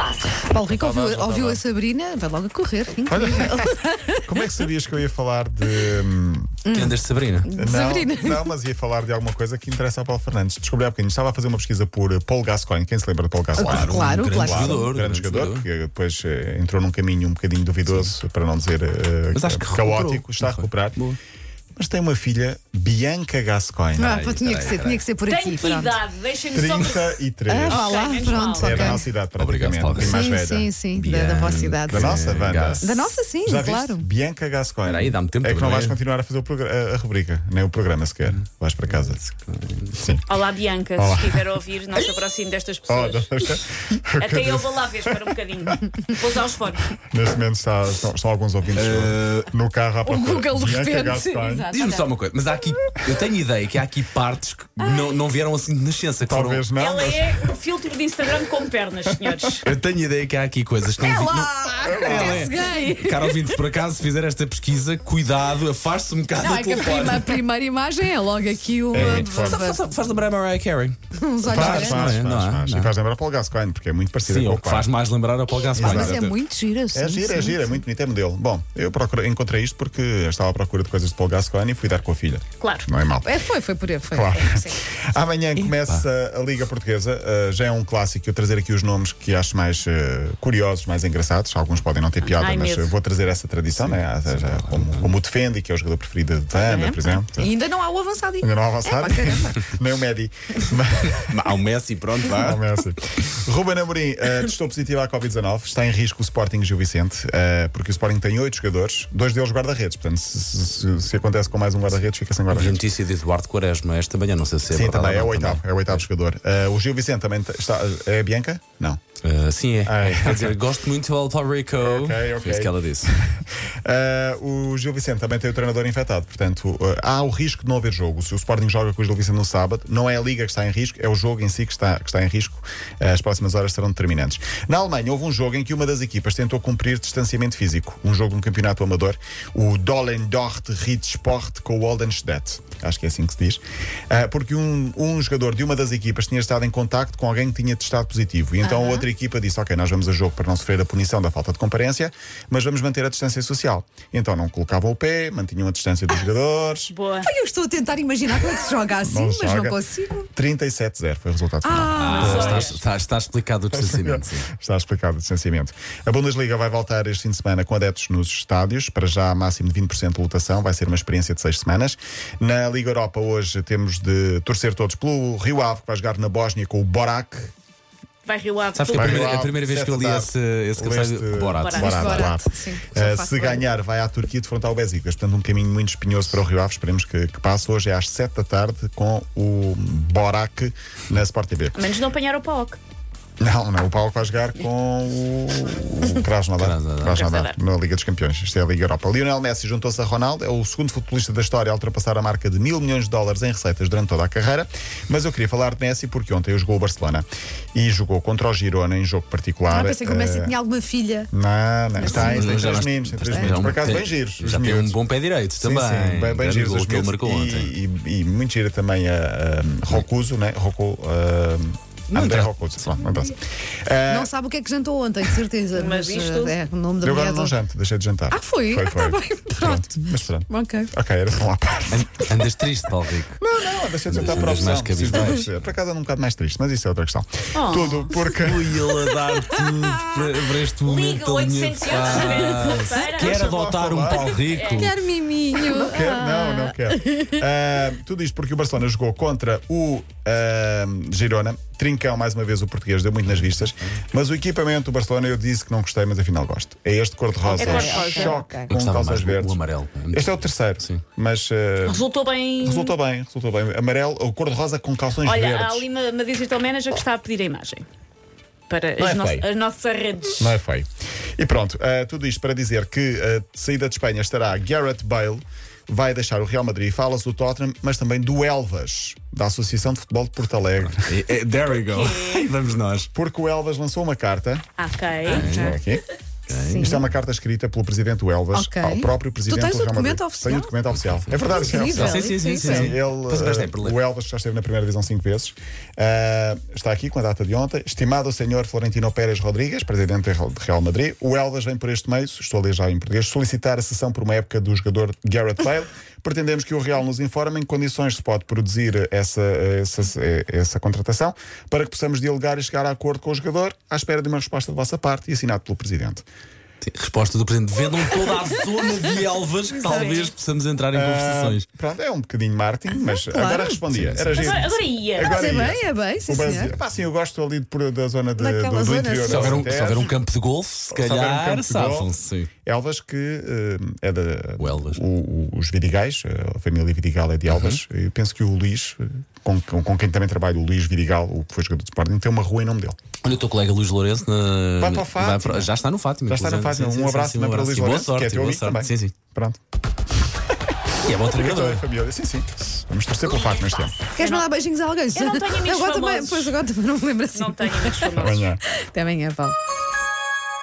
passa? Paulo Rico ouviu lá. a Sabrina, vai logo a correr. Olha, Incrível. como é que sabias que eu ia falar de. Que andas de Sabrina? Sabrina. Não, mas ia falar de alguma coisa que interessa ao Paulo Fernandes. Descobri há bocadinho, estava a fazer uma pesquisa por Paul Gascoigne. Quem se lembra de Paul Gascoigne? Claro, um grande claro. jogador. Grande jogador, que depois entrou num caminho um bocadinho duvidoso, para não dizer Mas acho que caótico. recuperou. Está a recuperar. Boa. Mas tem uma filha, Bianca Gascoigne. Pá, tinha que ser por Tem aqui. que pronto. idade? Deixem-me só. 33. Ah, lá, menos pronto, mal. É da ok. nossa idade, Obrigado, praticamente. Paulo. Tem mais Sim, velha. sim, da vossa idade. Da nossa, Wanda. Da nossa, sim, Já claro. viste? Bianca Gascoigne. Espera aí, dá-me tempo É que para não ver. vais continuar a fazer a rubrica, nem o programa sequer. Vais para casa. Sim. Olá, Bianca, Olá. se estiver a ouvir, não se aproxime destas Oh, pessoas. Até eu vou lá ver, espera um bocadinho. Vou usar os fones. Neste momento estão alguns ouvintes no carro à procura. Google de Bianca repente. Gascoigne. Exato. Diz-me só uma coisa, mas há aqui, eu tenho ideia que há aqui partes que não vieram assim de nascença. Que Talvez não. Ela mas- é um filtro de Instagram com pernas, senhores. Eu tenho ideia que há aqui coisas que não Acontece gay. Caro ouvinte, por acaso, se fizer esta pesquisa, cuidado, afaste-se um bocado Não, do é que telefone. a primeira imagem é logo aqui o. É muito forte. Faz lembrar a Mariah Carey. Uns olhos Faz, grandes. faz, não é? faz. Não. E faz lembrar Paul Gascoigne, porque é muito parecida Sim, com é o o que pai. faz mais lembrar ao Paul Gascoigne. Mas é muito gira, sim. É gira, é sim. gira, é muito bonito, é modelo. Bom, eu encontrei isto porque eu estava à procura de coisas de Paul Gascoigne e fui dar com a filha. Claro. Não é mal. Foi por aí. Foi. Claro. Sim. Amanhã começa a Liga Portuguesa. Já é um clássico eu trazer aqui os nomes que acho mais curiosos, mais engraçados. Alguns podem não ter piada, Ai, mas medo. vou trazer essa tradição, né? Seja, como o Defende, que é o jogador preferido de Wanda, por exemplo. E ainda não há o avançado. Ainda não há avançado. Nem o Medi. Há o Messi, pronto, vá. Não é assim. Ruben Amorim testou positivo à Covid-19. Está em risco o Sporting e o Gil Vicente, porque o Sporting tem 8 jogadores, 2 deles guarda-redes. Portanto, se acontece com mais um guarda-redes, fica sem Vi a guarda-redes. notícia de Eduardo Quaresma esta manhã, não sei se é Sim, verdade também é ou o não, oitavo. É o oitavo jogador. O Gil Vicente também está. É a Bianca? Não. Sim, é. Ah, é. Quer dizer, gosto muito do Paulo Rico. Ok. Foi isso que ela disse. O Gil Vicente também tem o treinador infectado. Portanto, há o risco de não haver jogo. Se o Sporting joga com o Gil Vicente no sábado, não é a Liga que está em risco, é o jogo em si que está em risco. As próximas horas serão determinantes. Na Alemanha, houve um jogo em que uma das equipas tentou cumprir distanciamento físico. Um jogo de um campeonato amador. O Dollendorf Ritsport com o Oldenstedt. Acho que é assim que se diz. Porque um jogador de uma das equipas tinha estado em contacto com alguém que tinha testado positivo. E então a outra equipa disse: ok, nós vamos a jogo para não sofrer a punição da falta de comparência, mas vamos manter a distância social. E então não colocavam o pé, mantinham a distância dos jogadores. Boa. Eu estou a tentar imaginar como é que se joga assim, Não mas joga. não consigo. 37-0 foi o resultado final. Está explicado o distanciamento. Sim. Está explicado o distanciamento. A Bundesliga vai voltar este fim de semana com adeptos nos estádios, para já máximo de 20% de lotação, vai ser uma experiência de 6 semanas. Na Liga Europa hoje temos de torcer todos pelo Rio Ave, que vai jogar na Bósnia com o Borac. Vai Rio Ave. Sabes que Vai a primeira vez que eu li esse café Leste- de Borat. Borat. Borat, Borat, claro. sim. Se ganhar, vai à Turquia defrontar o Besiktas. Portanto, um caminho muito espinhoso para o Rio Ave. Esperemos que passe. Hoje é às 7 da tarde com o Borac na Sport TV. A menos não apanhar o PAOK. Não, o Paulo vai jogar com o Krasnodar na Liga dos Campeões. Isto é a Liga Europa. Lionel Messi juntou-se a Ronaldo, é o segundo futebolista da história a ultrapassar a marca de $1.000 milhões em receitas durante toda a carreira. Mas eu queria falar de Messi porque ontem jogou o Barcelona e jogou contra o Girona em jogo particular. Pensei que o Messi tinha alguma filha. Não, tem Mas três já meninos, tem três já meninos. um- Por acaso, tem- bem giros. os Já tem um miúdos. bom pé direito Sim, também. sim, bem Grande giros gol os que ele miúdos. marcou ontem. E muito gira também a Rocuso, né? André Rocuso. Pronto, não interessa. Não sabe o que é que jantou ontem, de certeza. Mas isto- é o nome da Eu mulher. agora não janto, deixei de jantar. Foi? Está bem. Pronto. Mas pronto. Ok. Ok, era só uma parte. Andas triste, Paulo Rico. Não, deixei de jantar por Andas opção. mais cabisbaixo. Preciso de- Por acaso ando um bocado mais triste, mas isso é outra questão. Oh. Tudo porque. Ui, ele a dar tudo para este momento. Liga 800 Quer adotar um Paulo Rico? Quero miminho. Não quero. Tudo isto porque o Barcelona jogou contra o Girona. Trincão, mais uma vez, o português deu muito nas vistas. Mas o equipamento do Barcelona, eu disse que não gostei, mas afinal gosto. É este cor-de-rosa. É cor-de-rosa. Choque Ok. Eu com gostava calças mais verdes. do amarelo. Este é o terceiro. Sim. Mas Resultou bem. resultou bem. Amarelo, o cor-de-rosa com calções Olha, verdes. há ali uma digital manager que está a pedir a imagem para Não é as, feio. as nossas redes. Não é feio. E pronto, tudo isto para dizer que a saída de Espanha estará Gareth Bale, vai deixar o Real Madrid, fala-se do Tottenham, mas também do Elvas, da Associação de Futebol de Porto Alegre. There we go. Aí vamos nós. Porque o Elvas lançou uma carta. Ok. Estou aqui. Sim. Isto é uma carta escrita pelo presidente do Elvas Ok. ao próprio presidente Tu tens do o Real documento Madrid. oficial? Tenho o documento oficial. É verdade, isto é Incrível, oficial. Sim. Sim, incrível. Pois basta ir para ler. o Elvas já esteve na primeira divisão 5 vezes. Está aqui com a data de ontem. Estimado senhor Florentino Pérez Rodrigues, presidente de Real Madrid, o Elvas vem por este meio, estou a ler já em português, solicitar a cessão por uma época do jogador Gareth Bale. Pretendemos que o Real nos informe em que condições se pode produzir essa contratação para que possamos dialogar e chegar a acordo com o jogador à espera de uma resposta da vossa parte e assinado pelo presidente. Resposta do presidente: vendam toda a zona de Elvas, que talvez possamos entrar em conversações. Pronto, é um bocadinho marketing, mas Claro. agora respondia. Era giro. Agora ia. Agora É ia. bem, é bem, sim, O Brasil. senhor. Pá, sim, eu gosto ali da zona Naquela do zona, interior. sim. Se houver, da se houver um campo de golfe, se houver um calhar campo de golfe. safam-se. Elvas, que é da. O Elvas. Os Vidigais, a família Vidigal é de Elvas. Eu penso que o Luís, com quem também trabalha, o Luís Vidigal, o que foi jogador do Sporting, tem uma rua em nome dele. Olha, o teu colega Luís Lourenço Vai para o Fátima. já está no Fátima. Já está no inclusive. Fátima. Sim, Um abraço sim, também para o Luís E boa Lourenço, sorte, que é teu boa amigo sorte. também. Sim. Pronto. E é bom Toda a treinador. família. Sim. Vamos torcer pelo Fátima este ano. Queres mandar beijinhos a alguém? Eu não tenho amigos agora também, famosos. pois agora também não me lembro assim. Não tenho amigos famosos. Amanhã. Até amanhã, Paulo.